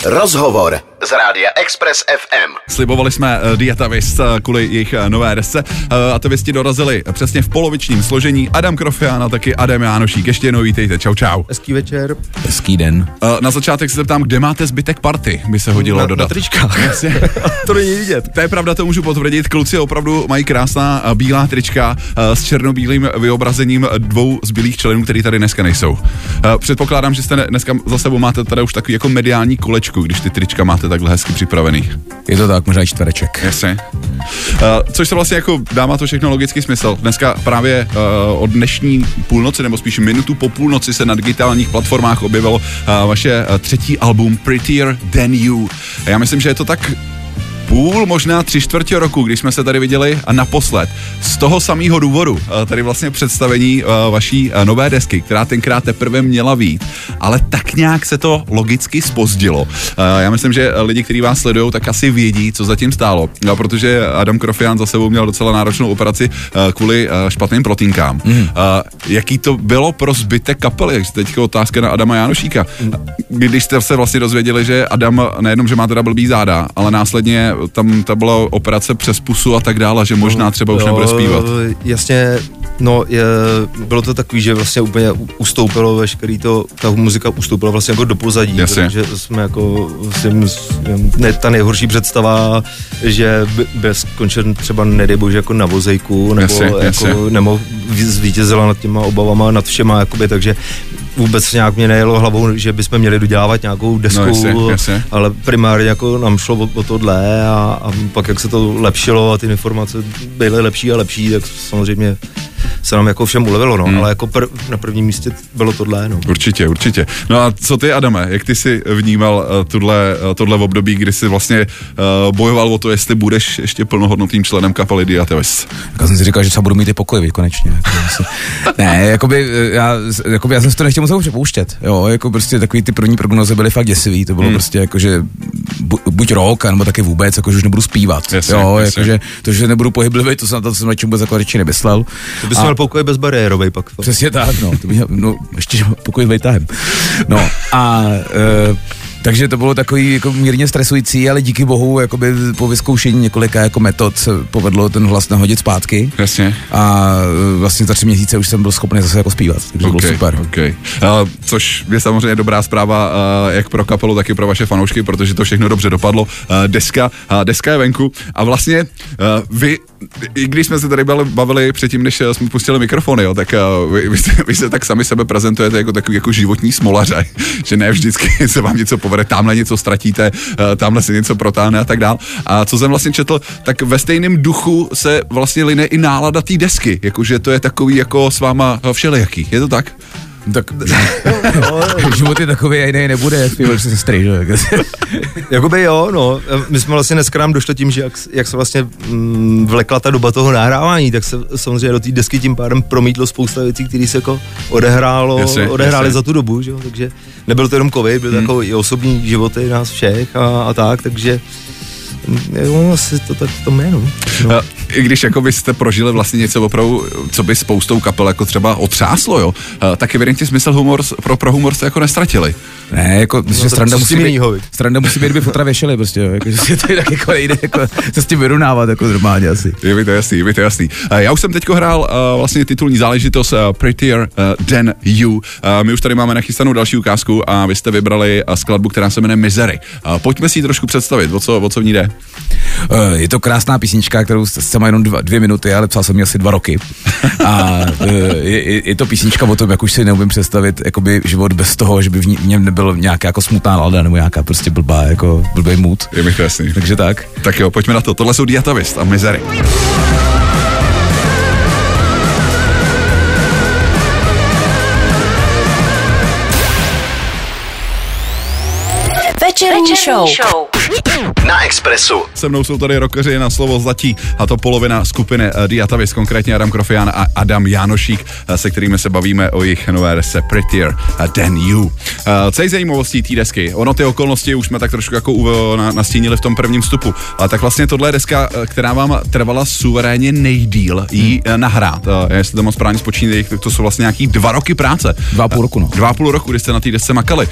Rozhovor z Rádia Express FM. Slibovali jsme Diatavist kvůli jejich nové desce. Atavisti dorazili přesně v polovičním složení. Adam Krofián a taky Adam Jánošík. Ještě jednou vítejte. Čau, čau. Hezký večer. Hezký den. Na začátek se zeptám, kde máte zbytek party, by se hodilo dodat. Na tričkách. To není vidět. To je pravda, to můžu potvrdit. Kluci opravdu mají krásná bílá trička s černobílým vyobrazením dvou zbylých členů, který tady dneska nejsou. Předpokládám, že jste dneska za sebou máte tady už takový jako mediální kolečku, když ty trička máte takhle hezky připravený. Je to tak, možná i čtvereček. Jasně. Což se vlastně jako dává to všechno logický smysl. Dneska právě od dnešní půlnoci, nebo spíš minutu po půlnoci se na digitálních platformách objevilo vaše třetí album Prettier Than You. A já myslím, že je to tak možná 3/4 roku, když jsme se tady viděli a naposled. Z toho samého důvodu tady vlastně představení vaší nové desky, která tenkrát teprve měla vyjít, ale tak nějak se to logicky zpozdilo. Já myslím, že lidi, kteří vás sledují, tak asi vědí, co zatím stálo, protože Adam Krofián za sebou měl docela náročnou operaci kvůli špatným protínkám. Jaký to bylo pro zbytek kapely? Teď otázka na Adama Jánošíka. Když jste se vlastně dozvěděli, že Adam nejenom, že má teda blbý záda, ale následně tam ta byla operace přes pusu a tak dále, že možná třeba už nebude zpívat. Jasně, bylo to takový, že vlastně úplně ustoupilo veškerý ta muzika ustoupila vlastně jako do pozadí, protože jsme jako ta nejhorší představa, že by skončil třeba nedej bože jako na vozejku, nebo nebo zvítězila nad těma obavama, nad všema, jakoby, takže vůbec nějak mě nejelo hlavou, že bychom měli dodělávat nějakou desku, ale primárně jako nám šlo o tohle a pak jak se to lepšilo a ty informace byly lepší a lepší, tak samozřejmě se nám jako všem ulevilo, ale jako na prvním místě bylo tohle, Určitě. No a co ty, Adame, jak ty jsi vnímal tohle období, kdy jsi vlastně bojoval o to, jestli budeš ještě plnohodnotným členem kapely Diatavist? Já jsem si říkal, že třeba budu mít i pokoj konečně. Ne, já jsem si to nechtěl moc přepouštět, jo, jako prostě takový ty první prognozy byly fakt děsivý, to bylo prostě jako, že buď rok, nebo taky vůbec, jako, že už nebudu zpívat, jakože to, že nebudu pohyblivý, to jsem na čem vůbec jako radši nemyslel. To bys měl pokoj bezbariérovej pak. Přesně tak, ještě pokoj s vejtahem. Takže to bylo takový jako mírně stresující, ale díky bohu jakoby po vyzkoušení několika jako metod se povedlo ten hlas nahodit zpátky. Jasně. A vlastně za 3 měsíce už jsem byl schopný zase jako zpívat, takže to bylo super. Což je samozřejmě dobrá zpráva jak pro kapelu, tak i pro vaše fanoušky, protože to všechno dobře dopadlo. Deska je venku a vlastně vy, i když jsme se tady bavili předtím, než jsme pustili mikrofony, tak vy se tak sami sebe prezentujete jako takový jako životní smolaře, že ne vždycky se vám něco povede, tamhle něco ztratíte, tamhle se něco protáhne a tak dál. A co jsem vlastně četl, tak ve stejném duchu se vlastně line i nálada té desky, jakože to je takový jako s váma všelijaký. Je to tak? Tak život je takový a jiný nebude, jak zpívají se sestry, že? Jakoby jo, my jsme vlastně dneska nám došli tím, že jak se vlastně vlekla ta doba toho nahrávání, tak se samozřejmě do té desky tím pádem promítlo spousta věcí, které se jako odehrály za tu dobu, že jo, takže nebyl to jenom covid, byly to jako i osobní životy nás všech a tak, takže asi to tak v tom jménu. I když jako byste prožili vlastně něco opravdu, co by spoustou kapel jako třeba otřáslo, jo, tak evidentně smysl pro humor jste jako nestratili. Ne, jako myslím, že stranda musí být, by fotra věšeli prostě, jo, jako, že si to tak jako nejde jako se s tím vyrovnávat jako normálně asi. Je mi to jasný. Já už jsem teďko hrál vlastně titulní záležitost Prettier Than You. My už tady máme nachystanou další ukázku a vy jste vybrali skladbu, která se jmenuje Misery. Pojďme si ji trošku představit, o co v ní jde. Je to krásná písnička, kterou má jenom 2 minuty, ale psal jsem ji asi 2 roky. A je to písnička o tom, jak už si neumím představit jakoby život bez toho, že by v něm nebylo nějaká jako smutná nálada nebo nějaká prostě blbý mood. Je mi to jasný. Takže tak. Tak jo, pojďme na to. Tohle jsou Diatavist a Misery. Večerní show. Na Expressu. Se mnou jsou tady rockeři na slovo zlatí, a to polovina skupiny The Atavis, konkrétně Adam Krofián a Adam Jánošík, se kterými se bavíme o jejich nové desce Prettier Than You. Co je zajímavostí té desky? Ono ty okolnosti už jsme tak trošku jako nastínili v tom prvním vstupu, ale tak vlastně tohle je deska, která vám trvala suverénně nejdýl jí nahrát. Jestli to moc správně spočítají, tak to jsou vlastně nějaký 2 roky práce. 2,5 roku, no. 2,5 roku, kdy jste na té desce makali.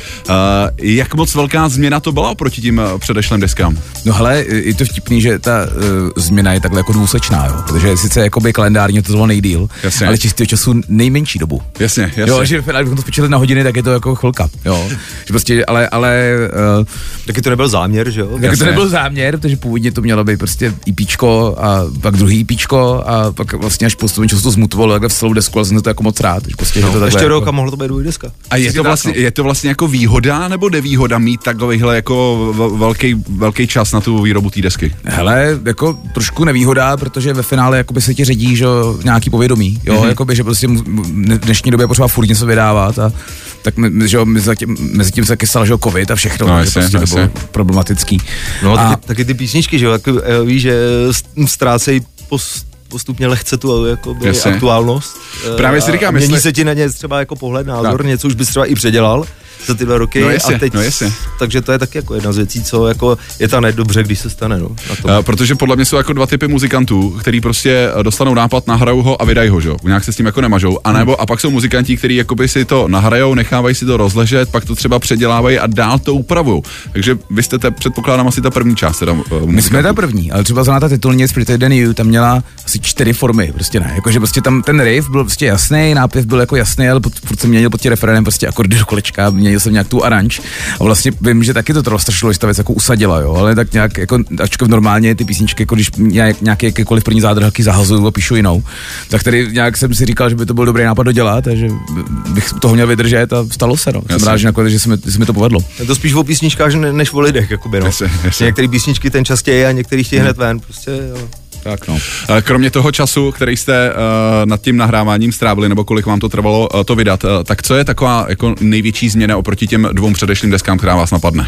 Jak moc velká změna to byla oproti tím předešlým deskám? No hele, je to vtipný, že ta změna je takhle jako dvousečná, jo, protože sice jakoby kalendárně to bylo nejdýl, jasně, ale čistého času nejmenší dobu. Jasně. Jo, že kdybychom to spočítali na hodiny, tak je to jako chvilka, jo. Že prostě, ale taky to nebyl záměr, že jo? Taky to nebyl záměr, protože původně to mělo být prostě EPčko a pak druhý EPčko a pak vlastně až postupně času to zmutovalo takhle v celou desku, ale jsem to jako moc rád, že prostě no, je to takhle. Ještě jako rok a mohlo to být dvojdeska. A je to vlastně jako výhoda nebo nevýhoda mít takovýhle jako velký čas na tu výrobu té desky? Hele, jako trošku nevýhoda, protože ve finále jakoby se ti ředí, že nějaký povědomí, jo, jakoby, že prostě v dnešní době potřeba furt něco vydávat a tak že mezi tím se taky stal, že covid a všechno, no, že prostě to bylo problematický. No a taky ty písničky, že jo, jako, víš, že ztrácejí postupně lehce tu jako aktuálnost. Právě si říkám, mění se ti na ně třeba jako pohled, názor, tak. Něco už bys třeba i předělal za tyhle roky. No jasně, a teď, takže to je taky jako jedna z věcí, co jako je ta nedobře, když se stane. No, protože podle mě jsou jako 2 typy muzikantů, který prostě dostanou nápad, nahrajou ho a vydají ho, že jo. Nějak se s tím jako nemažou. A pak jsou muzikanti, kteří jakoby si to nahrajou, nechávají si to rozležet, pak to třeba předělávají a dál to upravují. Takže vy jste předpokládám asi ta první část. Teda, my jsme ta první, ale třeba zrovna ta titulnice Prettier Than You, tam měla asi 4 formy, prostě ne. Jakože prostě tam ten riff byl prostě jasný, nápěv byl jako jasný, ale furt se měnil pod tím refrénem prostě akordy do kolečka, měnil jsem nějak tu aranž. A vlastně vím, že taky to trvalo strašilo, že ta věc jako usadila, jo, ale tak nějak jako ačkoliv normálně ty písničky, jako když nějaké jakékoliv první zádrhelky zahazuju a píšu jinou, tak tady nějak jsem si říkal, že by to byl dobrý nápad dodělat a že bych toho měl vydržet a stalo se, no. Jsem rád, že nakonec, že se mi to povedlo. Je to spíš o písničkách než o lidech, jakoby, no. Některé písničky ten čas tějí a některý chtějí hned ven, prostě, jo. Tak no. Kromě toho času, který jste nad tím nahráváním strávili, nebo kolik vám to trvalo to vydat, tak co je taková jako největší změna oproti těm 2 předešlým deskám, která vás napadne?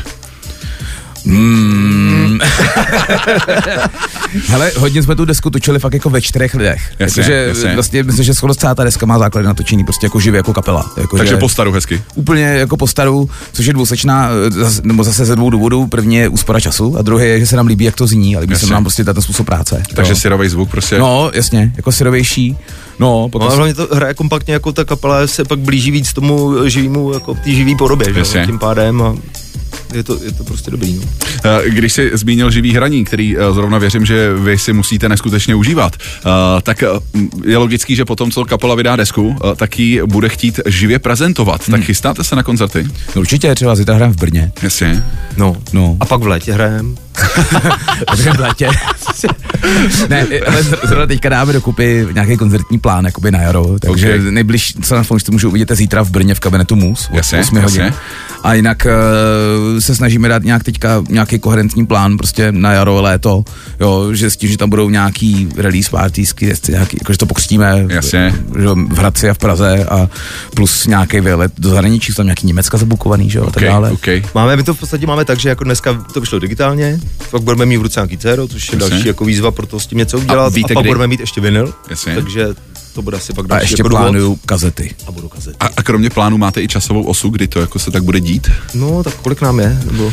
Hele, hodně jsme tu desku točili fakt jako ve 4 lidech. Jasně. Vlastně myslím, že skoro celá ta deska má základ na točení prostě jako živě jako kapela. Jako, takže po staru hezky. Úplně jako po staru, což je dvousečná, nebo zase ze 2 důvodů. První je úspora času a druhý je, že se nám líbí, jak to zní, a líbí se nám prostě ten způsob práce. Takže syrový zvuk prostě. No, jasně, jako syrovější. No, ale hlavně to hraje kompaktně, jako ta kapela se pak blíží víc tomu živému, jako té živý podobě, že? Tím pádem a je to prostě dobrý. No. Když jsi zmínil živý hraní, který zrovna věřím, že vy si musíte neskutečně užívat, tak je logický, že potom, co kapela vydá desku, tak ji bude chtít živě prezentovat. Tak chystáte se na koncerty? No určitě, třeba zítra hrajeme v Brně. Jasně. No. A pak v létě hrajeme. v létě. Ne, ale zrovna teďka dáme dokupy nějaký koncertní plán, jakoby na jaro, takže nejbližší, co na Fonštu můžu uvidět zítra v Brně v kabinetu Mus, 8 hodin. A jinak se snažíme dát nějak teďka nějaký koherentní plán prostě na jaro, léto, jo, že s tím, že tam budou nějaký release partysky, jakože to pokřtíme v Hradci a v Praze a plus nějaký výlet do zahraničí, tam nějaký Německa zabukovaný, že jo, a tak dále. My to v podstatě máme tak, že jako dneska to vyšlo digitálně, pak budeme mít v ruce nějaký céro, což je další jako výzva pro to s tím něco udělat a pak budeme mít ještě vinyl, takže to bude asi pak další. A ještě jako plánuju kazety. A budou kazety. A kromě plánu máte i časovou osu, kdy to jako se tak bude dít? No, tak kolik nám je? Nebo...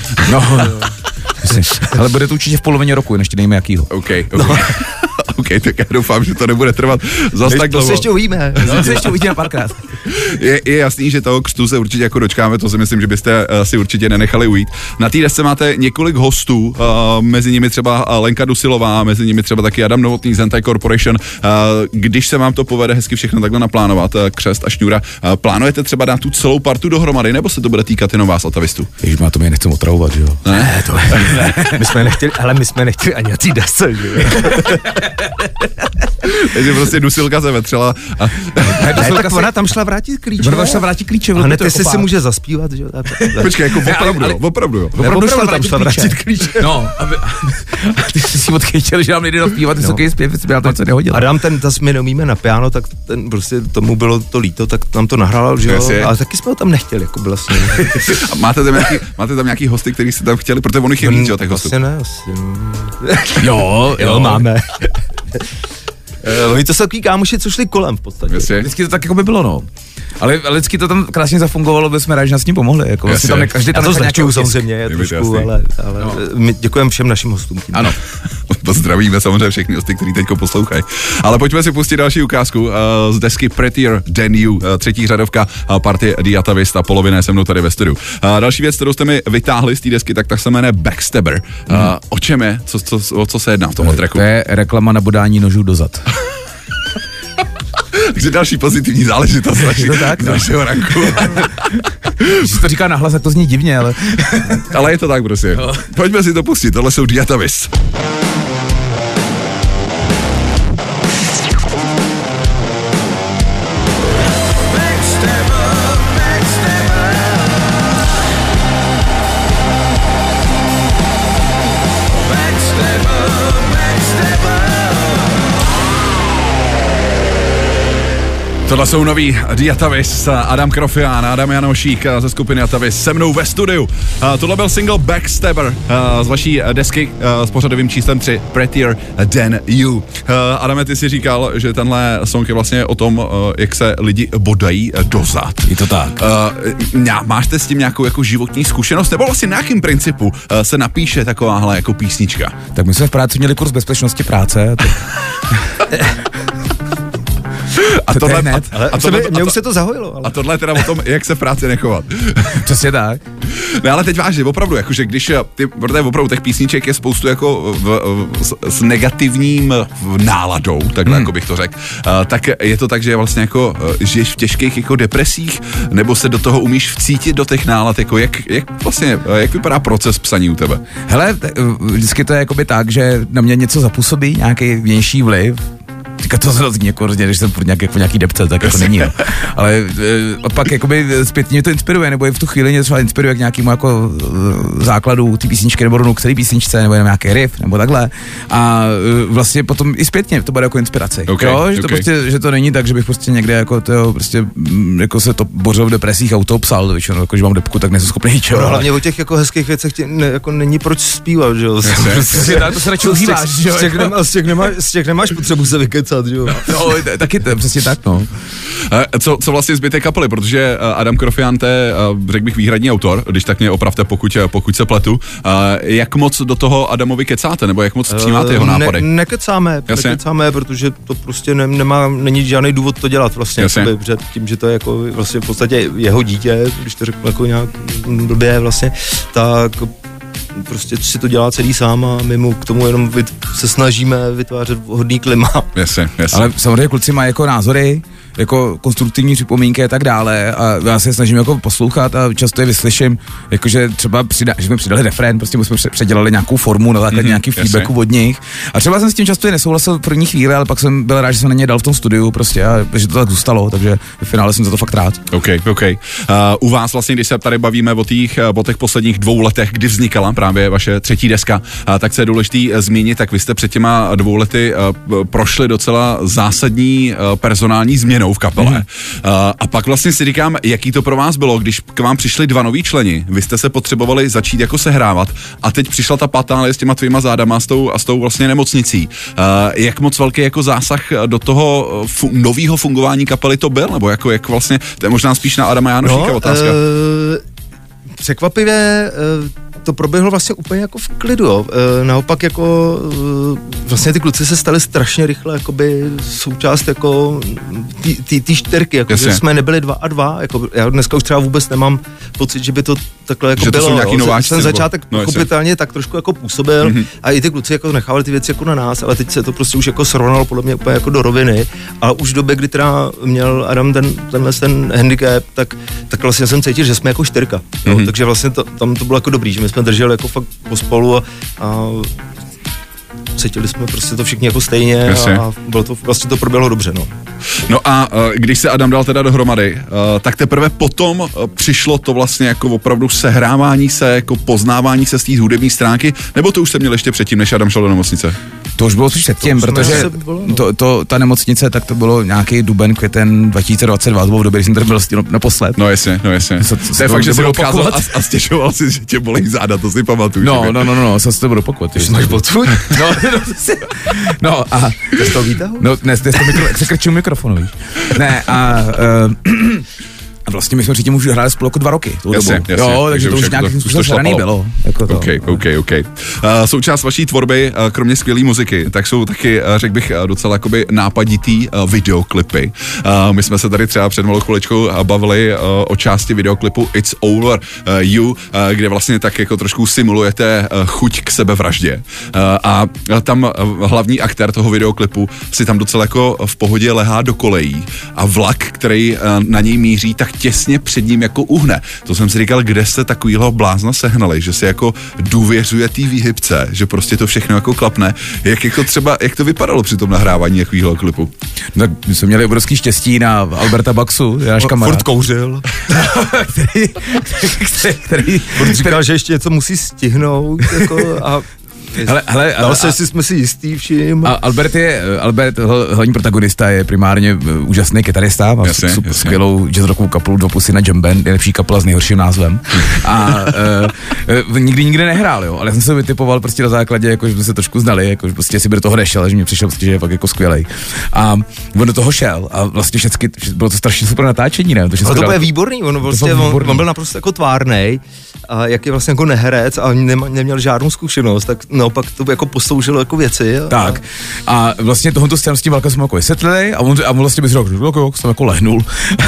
Ale bude to určitě v polovině roku, než ti dejme jakýho. OK, tak já doufám, že to nebude trvat zas tak dlouho. To se ještě uvidíme. Párkrát. Je jasný, že toho křtu se určitě jako dočkáme, to si myslím, že byste si určitě nenechali ujít. Na té desce máte několik hostů, mezi nimi třeba Lenka Dusilová, mezi nimi třeba taky Adam Novotný z Hentai Corporation. Když se vám to povede hezky všechno takhle naplánovat, Křest a Šňůra, plánujete třeba dát tu celou partu dohromady, nebo se to bude týkat jenom vás, Atavistů? Ježiš, má to mě nechcem otravovat, že jo? Ne, to my jsme nechtěli ani na té desce, že jo? Takže prostě dusilka se vetřela. Ne, tak ona tam šla vrátit klíče. Ona šla vrátit klíče. A hned jestli si může zaspívat, že jo. Počkej, jako opravdu jo. Opravdu tam šla vrátit klíče. No, a ty jsi si odkyčel, že nám nejde naspívat vysoký zpěv, já to něco nehodil. Adam ten, my neumíme na piano, tak ten prostě tomu bylo to líto, tak nám to nahrál, že jo. Ale taky jsme ho tam nechtěli, jako vlastně. A máte tam nějaký hosty, který jste tam chtěli, protože on jich je víc, jo, těch hostů. Jo, máme. Oni to jsou takový kámoši, co šli kolem v podstatě. Jasně. Vždycky to tak jako by bylo, no. Ale vždycky to tam krásně zafungovalo, by jsme rádi, že nás s ním pomohli. Jako vlastně tam každý tam to značuju samozřejmě trošku, ale no. My děkujeme všem našim hostům. Tím. Ano. Pozdravíme samozřejmě všechny hosty, kteří teďko poslouchají. Ale pojďme si pustit další ukázku z desky Prettier Than You, třetí řadovka party The Atavist a polovina se mnou tady ve studiu. Další věc, kterou jste mi vytáhli z té desky, tak se jmenuje Backstabber. O čem je? O co se jedná v tomhle tracku? To je reklama na bodání nožů do zad. Takže další pozitivní záležitost našeho ranku. Když to říká nahlas, tak to zní divně, ale... Ale je to tak prostě. No. Pojďme si to pustit, tohle jsou The Atavist. Tohle jsou noví The Atavist, Adam Krofián, Adam Janošík ze skupiny Atavist se mnou ve studiu. Tohle byl single Backstabber z vaší desky s pořadovým číslem 3, Prettier Than You. Adame, ty si říkal, že tenhle song je vlastně o tom, jak se lidi bodají dozad. Je to tak. Máte s tím nějakou jako životní zkušenost, nebo vlastně na jakým principu se napíše takováhle jako písnička? Tak my jsme v práci měli kurz bezpečnosti práce. A tohle, mě už se to zahojilo. Ale. A tohle je teda o tom, jak se v práci nechovat. Přesně tak. No ale teď vážně, opravdu, jakože když protože opravdu těch písniček je spoustu jako s negativním náladou, takhle jako bych to řekl, tak je to tak, že vlastně jako žiješ v těžkých jako depresích, nebo se do toho umíš vcítit do těch nálad, jako jak vypadá proces psaní u tebe? Hele, vždycky to je jakoby tak, že na mě něco zapůsobí, nějaký vnější vliv. Říká to zní jako hrozně, když jsem po nějaký depce, tak jako není. Ale pak jakoby zpětně to inspiruje, nebo je v tu chvíli mě třeba inspiruje k nějakému jako základu té písničky, nebo rovnou k celé písničce, nebo jenom nějaký riff, nebo takhle. A vlastně potom i zpětně to bude jako inspirace. Že to prostě, že to není tak, že bych prostě někde jako to prostě jako se to bořil v depresích a u toho psal, většinou, jako, že mám depku, tak nejsem schopný ničeho. No, hlavně o těch jako hezkých věcech jako není proč zpívat, že jo. To se radši užíváš, že jo. Z těch nemáš potřebu se vykecat. Jo. No, taky to je přesně tak, no. Co vlastně zbytek kapely, protože Adam Krofián je, řekl bych, výhradní autor, když tak mě opravte, pokud se pletu. Jak moc do toho Adamovi kecáte, nebo jak moc přijímáte jeho nápady? Nekecáme, protože to prostě není žádný důvod to dělat vlastně, jakoby, tím, že to je jako vlastně v podstatě jeho dítě, když to řeknu jako nějak blbě vlastně, tak prostě si to dělá celý sám a my mu k tomu jenom se snažíme vytvářet vhodný klima. Jasně. Ale samozřejmě kluci mají jako názory, jako konstruktivní připomínky a tak dále a já se snažím jako poslouchat a často je vyslyším, jakože třeba že jsme přidali refrén, prostě jsme předělali nějakou formu na základě nějaký feedbacku od nich a třeba jsem s tím často nesouhlasil v první chvíli, ale pak jsem byl rád, že jsem na ně dal v tom studiu prostě a že to tak zůstalo, takže v finále jsem za to fakt rád. OK. U vás vlastně, když se tady bavíme o těch posledních 2 letech, kdy vznikala právě vaše třetí deska, tak se je důležitý zmínit, tak vy jste před těma 2 lety prošli docela zásadní personální změnou v kapele. A pak vlastně si říkám, jaký to pro vás bylo, když k vám přišli 2 noví členi, vy jste se potřebovali začít jako sehrávat a teď přišla ta patálie s těma tvýma zádama a s tou vlastně nemocnicí. Jak moc velký jako zásah do toho nového fungování kapely to byl? Nebo jako jak vlastně, to je možná spíš na Adama Janošíka otázka. Překvapivě to proběhlo vlastně úplně jako v klidu, jo. Naopak jako vlastně ty kluci se stali strašně rychle jakoby součást jako ty čtyřky, jako že jsme nebyli 2 a 2, jako já dneska už třeba vůbec nemám pocit, že by to takhle jako že to bylo. Nováčci, ten začátek pochopitelně tak trošku jako působil a i ty kluci jako nechávali ty věci jako na nás, ale teď se to prostě už jako srovnalo podle mě úplně jako do roviny, ale už v době, kdy teda měl Adam ten handicap, tak vlastně jsem cítil, že jsme jako 4, takže vlastně tam to bylo jako dobrý, že my jsme drželi jako fakt pospolu a cítili jsme prostě to všichni jako stejně a bylo to, vlastně to proběhlo dobře, no. No a když se Adam dal teda dohromady, tak teprve potom přišlo to vlastně jako opravdu sehrávání se, jako poznávání se z té hudební stránky, nebo to už jste měli ještě předtím, než Adam šel do nemocnice? To už bylo předtím, protože ta nemocnice, tak to bylo nějaký duben, květen 2022, to bylo v době, když jsem tady byl naposled. No jasně. To je fakt, že jsi odcházel a stěžoval si, že tě bolí záda, to si pamatuju. No, jsem se to budu opakovat. Ty jsi máš botu? No a... Jsi to výtahu? No, ne, se krčím mikrofonu, víš. Ne, a vlastně my jsme předtím už hráli spolu jako 2 roky. Jasně. Jo, takže to už nějakým způsobem zraný bylo. Jako to. OK. Součást vaší tvorby, kromě skvělé muziky, tak jsou taky, řekl bych, docela jakoby nápaditý videoklipy. My jsme se tady třeba před malou chviličkou bavili o části videoklipu It's Over You, kde vlastně tak jako trošku simulujete chuť k sebevraždě. A tam hlavní aktér toho videoklipu si tam docela jako v pohodě lehá do kolejí a vlak, který na něj míří, tak těsně před ním jako uhne. To jsem si říkal, kde jste takovýhle blázna sehnali, že si jako důvěřuje té výhybce, že prostě to všechno jako klapne. Jak to vypadalo při tom nahrávání takovýhle klipu? Tak my jsme měli obrovský štěstí na Alberta Baxu, náš kamarád. Furt kouřil. který říkal, že ještě něco musí stihnout jako a hele, jestli jsme si jistý všim. Albert, hlavní protagonista, je primárně úžasný kytarista, má skvělou jazzrockovou kapelu 2 Pusy na Jam Band, nejlepší kapela s nejhorším názvem. A nikdy nehrál, jo, ale já jsem se vytipoval prostě na základě, jako, že jsme se trošku znali, jako, že prostě si by do toho nešel, že mi přišel prostě, že je fakt jako skvělej. A on do toho šel a vlastně všechny, bylo to strašně super natáčení, ne? Ale to bylo výborný, on byl naprosto jako tvárnej, a jak je vlastně jako neherec a neměl žádnou zkušenost, tak naopak to by jako posloužilo jako věci. Tak. A vlastně tohoto scénu s tím Valkem jsme jako vysvětlili a on vlastně by si řekl, jsem jako lehnul.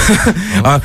a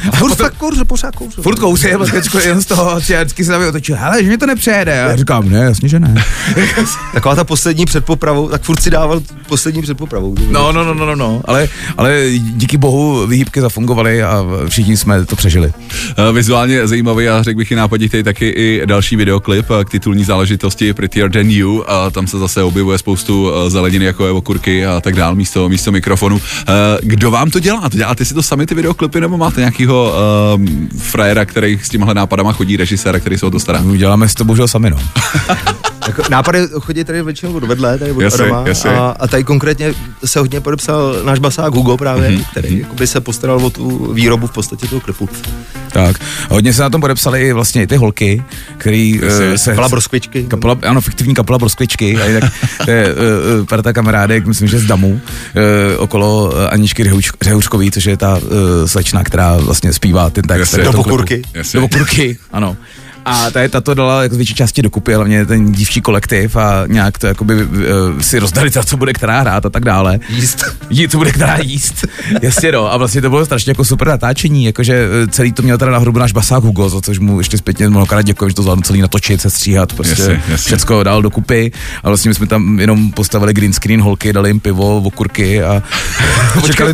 furt kouře, vlastně jen z toho vždycky se tam otočil, hele, že mi to nepřejede. A já říkám, ne, jasně, že ne. Taková ta poslední předpopravou, tak furt si dával poslední předpopravou. No, ale díky bohu vyhýbky zafungovaly a všichni jsme to přežili. Vizuálně zajímavý a řekl bych i nápaditý taky i další videoklip k titulní záležitosti Prettier Than You, a tam se zase objevuje spoustu zeleniny, jako je okurky a tak dál, místo mikrofonu. Kdo vám to dělá? Děláte si to sami ty videoklipy, nebo máte nějakýho frajera, který s tímhle nápadama chodí, režiséra, který se o to stará? Děláme si to bohužel sami, no. Jako nápady chodí tady většinou od vedle, tady od Adama, a tady konkrétně se hodně podepsal náš basák Hugo právě, který jakoby se postaral o tu výrobu v podstatě toho klipu. Tak, hodně se na tom podepsali i vlastně i ty holky, který kapela Broskvičky. Ano, fiktivní kapela Broskvičky, a jinak to je parta kamarádek, myslím, že z Damu, okolo Aničky Řehouřkový, což je ta slečna, která vlastně zpívá ten text. Do okurky. Do okurky, ano. A tato dala jako z větší části dokupy, hlavně ten dívčí kolektiv, a nějak to jakoby si rozdali, co bude která hrát a tak dále. Co bude která jíst. Jasně, no. A vlastně to bylo strašně jako super natáčení, jakože celý to měl teda na hrubu náš basák Hugo, za což mu ještě zpětně mnohokrát děkuji, že to zvládl celý natočit, sestříhat, prostě všecko dal dokupy. A vlastně my jsme tam jenom postavili green screen, holky, dali jim pivo, okurky a čekali,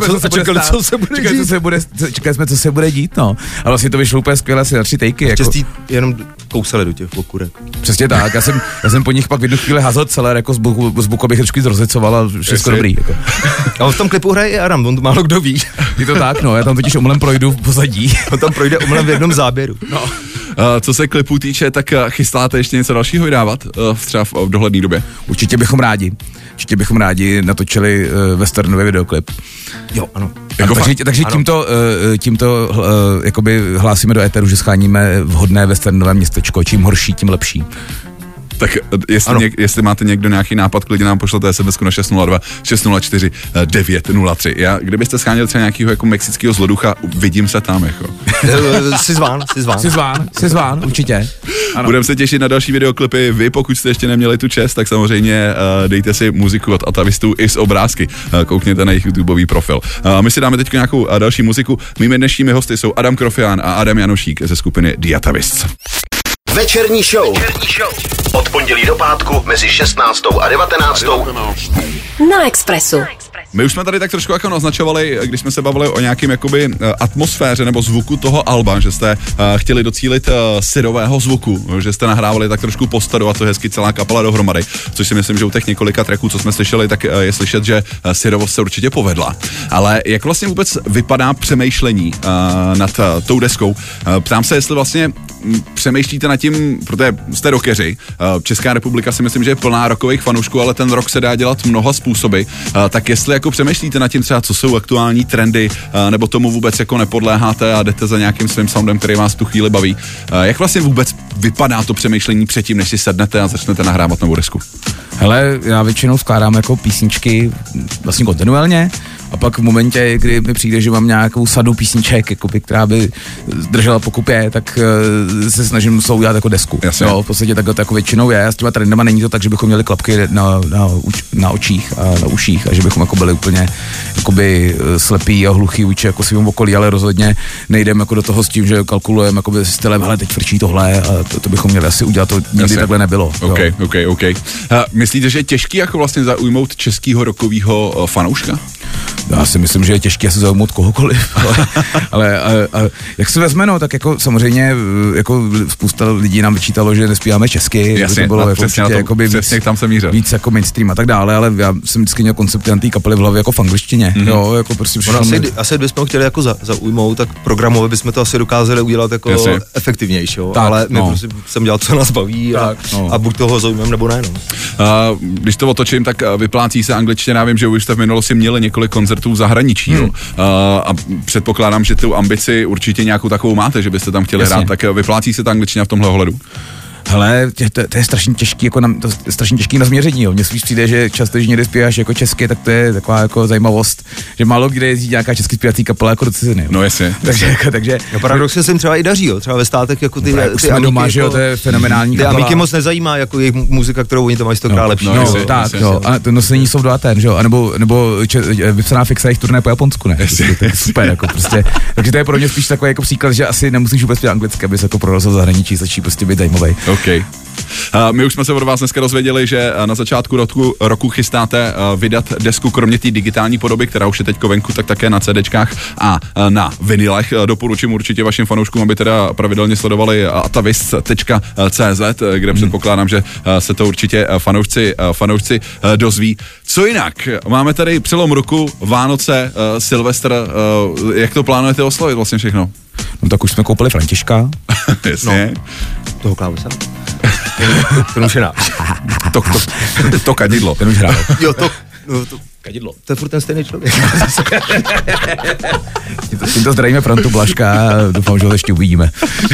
co se bude dít, no. A vlastně to vyšlo úplně skvěle asi na 3 takey. Jako jenom kousali do těch okurek. Přesně tak, já jsem po nich pak v jednu chvíli házel celer, jako z boku abych trošku zrozicoval a všechno dobrý. Jako. A v tom klipu hraje i Aram, on to málo kdo ví. Je to tak, no, já tam totiž omylem projdu v pozadí. On tam projde omylem v jednom záběru. No. Co se klipu týče, tak chystáte ještě něco dalšího vydávat třeba v dohledné době? Určitě bychom rádi natočili westernový videoklip. Jo, ano. Takže tímto jakoby hlásíme do éteru, že scháníme vhodné westernové městečko, čím horší, tím lepší. Tak jestli máte někdo nějaký nápad, klidně nám pošlete SMS na 602 604 903. Kdybyste scháněli třeba nějakého jako mexického zloducha, vidím se tam jako. Jsi zván, určitě. Budeme se těšit na další videoklipy. Vy, pokud jste ještě neměli tu čest, tak samozřejmě dejte si muziku od Atavistů i z obrázky. Koukněte na jejich YouTubeový profil. My si dáme teď nějakou další muziku. Mými dnešními hosty jsou Adam Krofián a Adam Janošík ze skupiny The Atavists. Večerní show. Od pondělí do pátku mezi 16. a 19. Na Expressu. My už jsme tady tak trošku jako naznačovali, když jsme se bavili o nějakým jakoby atmosféře nebo zvuku toho alba, že jste chtěli docílit syrového zvuku, že jste nahrávali tak trošku postadu a to hezky celá kapela dohromady, což si myslím, že u těch několika tracků, co jsme slyšeli, tak je slyšet, že syrovost se určitě povedla. Ale jak vlastně vůbec vypadá přemýšlení nad tou deskou? Ptám se, jestli vlastně přemýšlíte nad tím, protože jste rockeři. Česká republika si myslím, že je plná rockových fanoušků, ale ten rock se dá dělat mnoha způsoby. Tak jestli jako přemýšlíte nad tím třeba, co jsou aktuální trendy, nebo tomu vůbec jako nepodléháte a jdete za nějakým svým soundem, který vás tu chvíli baví. Jak vlastně vůbec vypadá to přemýšlení předtím, než si sednete a začnete nahrávat novou desku? Hele, já většinou skládám jako písničky vlastně kontinuálně a pak v momentě, kdy mi přijde, že mám nějakou sadu písniček, jakoby, která by držela pokupě, tak se snažím to udělat jako desku. Jo, v podstatě takhle to jako většinou je. A s těma trendama není to tak, že bychom měli klapky na očích a na uších a že bychom jako byli úplně jakoby slepí a hluchý vůči jako svým okolí, ale rozhodně nejdeme jako do toho s tím, že kalkulujeme jakoby stylem, hele, teď frčí tohle a to bychom měli asi udělat, to nikdy takhle nebylo. OK. Myslíte, že je těžký jako vlastně zaujmout českýho rockovýho fanouška? Já si myslím, že je těžké se zaujmout kohokoliv, ale jak se vezme, no, tak jako samozřejmě jako spousta lidí nám vyčítalo, že nespíváme česky, jasně, to bylo jako přesně tam jsem mířil. Víc jako mainstream a tak dále, ale já jsem vždycky měl koncepty na té kapely v hlavě jako v angličtině, jo, jako prostě asi bychom chtěli jako zaujmout, tak programově bychom to asi dokázali udělat jako efektivnější, jo, ale my prostě jsem dělal, co nás baví a buď toho zaujmeme, nebo ne, no. Když to otočím, tak vyplácí se angličtina, vím, že už jste v minulosti měli několik koncertů v zahraničí, a předpokládám, že tu ambici určitě nějakou takovou máte, že byste tam chtěli hrát, tak vyplácí se ta angličtina v tomhle ohledu? Hele, to je strašně těžký, jako to je strašně těžký na změření, jo. Mně spíš přijde, že často, když někde zpíváš jako česky, tak to je taková jako zajímavost, že málo kde jezdí nějaká český zpívací kapela jako do ciziny. No jasně. Takže paradoxně se jim třeba i daří, jo. Třeba ve státech jako ty jsme doma, že jo, to je fenomenální kapela. Ty amíky moc nezajímá, jako jejich muzika, kterou oni to mají stokrát lepší. Tak, jo. A to nosení jsou do Aten, že jo, nebo vypsaná fixa jejich turné po Japonsku, ne? To je super, jako prostě. Takže to je pro mě spíš takový jako příklad, že asi nemusíš vůbec zpívat anglicky, aby se jako prorazil v zahraničí, stačí prostě být zajímavý. Okay. My už jsme se od vás dneska dozvěděli, že na začátku roku chystáte vydat desku kromě té digitální podoby, která už je teď venku, tak také na CDčkách a na vinylech. Doporučím určitě vašim fanouškům, aby teda pravidelně sledovali atavis.cz, kde předpokládám, že se to určitě fanoušci dozví. Co jinak? Máme tady přelom roku, Vánoce, Silvestr, jak to plánujete oslavit vlastně všechno? No tak už jsme koupili Františka. Jasně. Toho klávesa. Ten už je náš. To kadidlo. Ten už hrál. Jo, to kadidlo. To je furt ten stejný člověk. Tímto zdravíme Frantu Blaška a doufám, že ho ještě uvidíme.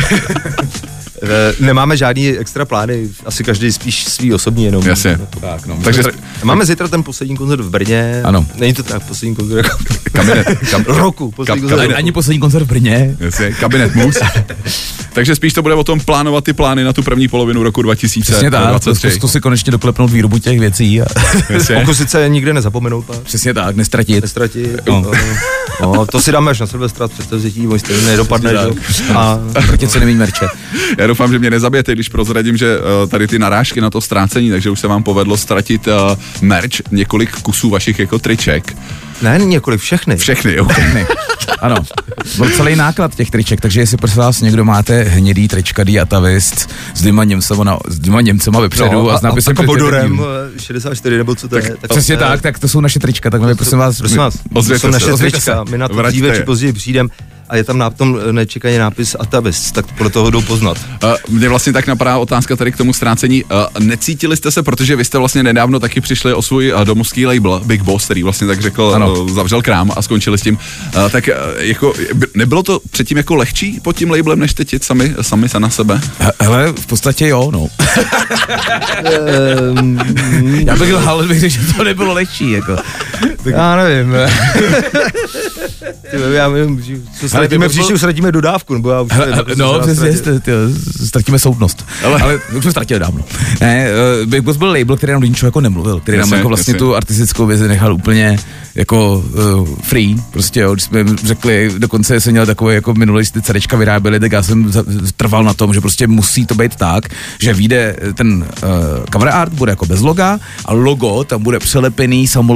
Nemáme žádný extra plány, asi každý spíš svý osobní jenom. Jasně. Tak, no. Takže máme zítra ten poslední koncert v Brně. Ano. Není to tak poslední koncert jako roku. Ani poslední koncert v Brně. Jasně, Kabinet Mus. Takže spíš to bude o tom plánovat ty plány na tu první polovinu roku 2023. Přesně tak, si konečně doklepnout výrobu těch věcí. Pokusit se nikde nezapomenout. Přesně tak, nestratit. No, to si dáme až na Silvestra, představzetí, můj stejně nedopadne. A proti se nemí merče. Já doufám, že mě nezabijete, když prozradím, že tady ty narážky na to ztrácení, takže už se vám povedlo ztratit merch, několik kusů vašich jako triček. Ne, několik, všechny. Všechny, jo. Ano, byl celý náklad těch triček, takže jestli prosím vás někdo máte hnědý trička Diatavist s dvěma Němcema vepředu a s nápisem jako bodorem 64 nebo co to je. Přesně tak to jsou naše trička, tak my prosím vás, to jsou naše trička, my na to dříve či později přijdeme. A je tam na tom nečekaně nápis Atavis, tak podle toho jdou poznat. Mně vlastně tak napadá otázka tady k tomu ztrácení. Necítili jste se, protože vy jste vlastně nedávno taky přišli o svůj domovský label Big Boss, který vlastně tak řekl, zavřel krám a skončili s tím. Tak jako, nebylo to předtím jako lehčí pod tím labelem, než teď jít sami na sebe? Hele, v podstatě jo, no. Já bych lhal, že to nebylo lehčí, jako. Já nevím. Já nevím, ztratíme dodávku, nebo já už ztratíme soudnost. Ale už jsme ztratili dávno. Ne, Big Boss byl label, který nám do ničeho jako nemluvil, který nám jako vlastně tu artistickou vizi nechal úplně jako free, prostě jo, když jsme řekli, dokonce jsem měl takové jako minulý CDčka vyráběli, tak já jsem trval na tom, že prostě musí to být tak, že vyjde ten cover art, bude jako bez loga a logo tam bude přelepený samolepkou přes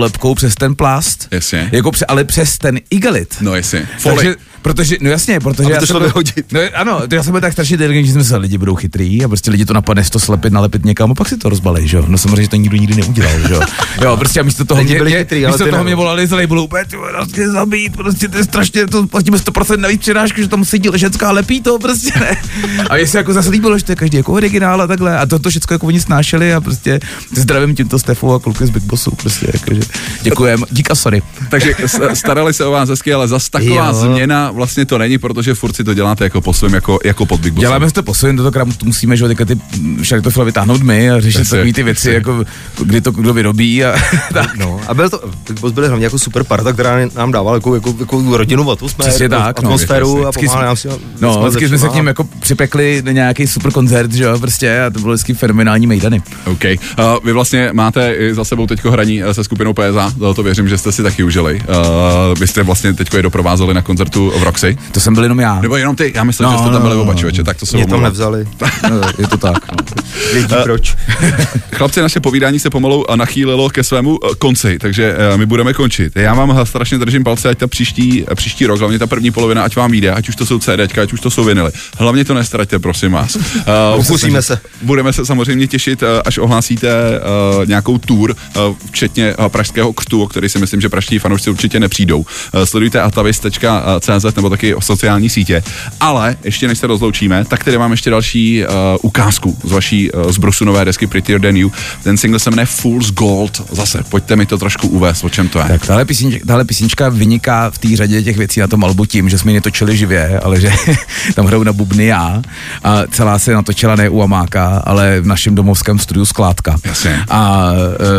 přes ten plast. Jasně. Jako ale přes ten igelit. No jasně. Takže, protože já to šlo vyhodit. No, ano, já jsem byl tak strašně inteligentní, že jsme se lidi budou chytrý a prostě lidi to napadne to slepit, nalepit někam a pak si to rozbalej, že jo. No samozřejmě to nikdo nikdy neudělal, že jo. Jo, prostě a místo toho mě volali z labelu, úplně ty vlastně zabít, prostě to je strašně, to platíme 100% navíc přirážku, že tam sedí ženská a lepí to, prostě ne. A jestli jako zase líbilo, že to je každý jako originál a takhle a to všechno jako oni snášeli a prostě zdravím tímto Stefu a kluky z Big Bossu, prostě jakože děkujem, dík a sorry. Takže starali se o vás hezky, ale zas taková změna vlastně to není, protože furt si to děláte jako po svém, jako pod Big Bossem. Děláme to po svém, tentokrát musíme, že teďka ty šaritofily vytáhnout my a řešit takové ty věci, jako kdy to kdo vyrobí a tak. No, a byl to, Big Boss byli hlavně jako super parta, která nám dávala jako rodinu atmosféru, atmosféru a pomáhali nám si. No, vždycky jsme se k ním jako připekli na nějaký super koncert, že jo, prostě a to bylo vždycky fenomenální mejdany. OK. Vy vlastně máte i za sebou teďko hraní se skupinou PSA, to věřím, že jste si taky užili. Vy jste vlastně teďko je doprovázeli na koncertu v Roxy. To jsem byl jenom já. Nebo jenom ty, já myslím, že jste tam byli oba člověče, tak to se mě tam nevzali. Je to tak. Vědí proč. Chlapci, naše povídání se pomalu nachýlilo ke svému konci, takže my budeme končit. Já vám strašně držím palce, ať ta příští rok, hlavně ta první polovina, ať vám vyjde, ať už to jsou CDčka, ať už to jsou vinily. Hlavně to nestraťte, prosím vás. Pokusíme se. Budeme se samozřejmě těšit, až ohlásíte nějakou tour, včetně pražského křtu, o který si myslím, že pražští fanoušci určitě nepřijdou. Sledujte atavis.cz nebo taky o sociální sítě. Ale ještě než se rozloučíme, tak tady mám ještě další ukázku z vaší z Brusu nové desky Prettier Than You. Ten single se jmenuje Fool's Gold. Zase, pojďte mi to trošku uvést, o čem to je. Tak tahle písnička vyniká v té řadě těch věcí na tom albu tím, že jsme ji netočili živě, ale že tam hrajou na bubny já a celá se natočila ne u Amáka, ale v našem domovském studiu Skládka. Jasně. A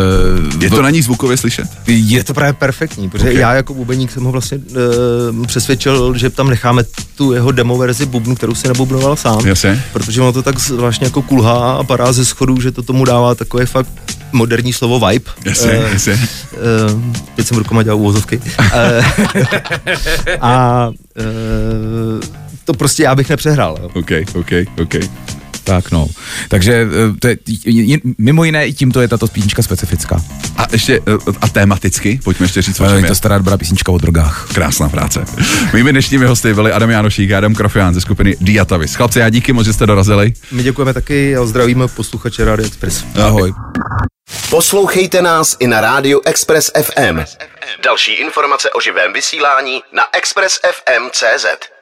je to na ní zvukově slyšet? Je to právě perfektní, protože já jako bubeník jsem ho vlastně přesvědčil, že tam necháme tu jeho demo verzi bubnu, kterou si nabubnoval sám. Jasně. Protože ono to tak zvláštně jako kulhá a padá ze schodů, že to tomu dává takové fakt moderní slovo vibe. Jasně. Teď jsem rukama dělal uvozovky. To prostě já bych nepřehrál. OK. Tak no, takže to je, mimo jiné i tímto je tato písnička specifická. A ještě a tematicky, pojďme ještě říct, o čem je. To stará dobrá písnička o drogách. Krásná práce. Mými dnešními hosty byli Adam Jánošík a Adam Krofián ze skupiny The Atavis. Chlapci, já díky moc, že jste dorazili. My děkujeme taky a zdravíme posluchače Radio Express. Ahoj. Poslouchejte nás i na rádiu Express FM. Další informace o živém vysílání na expressfm.cz.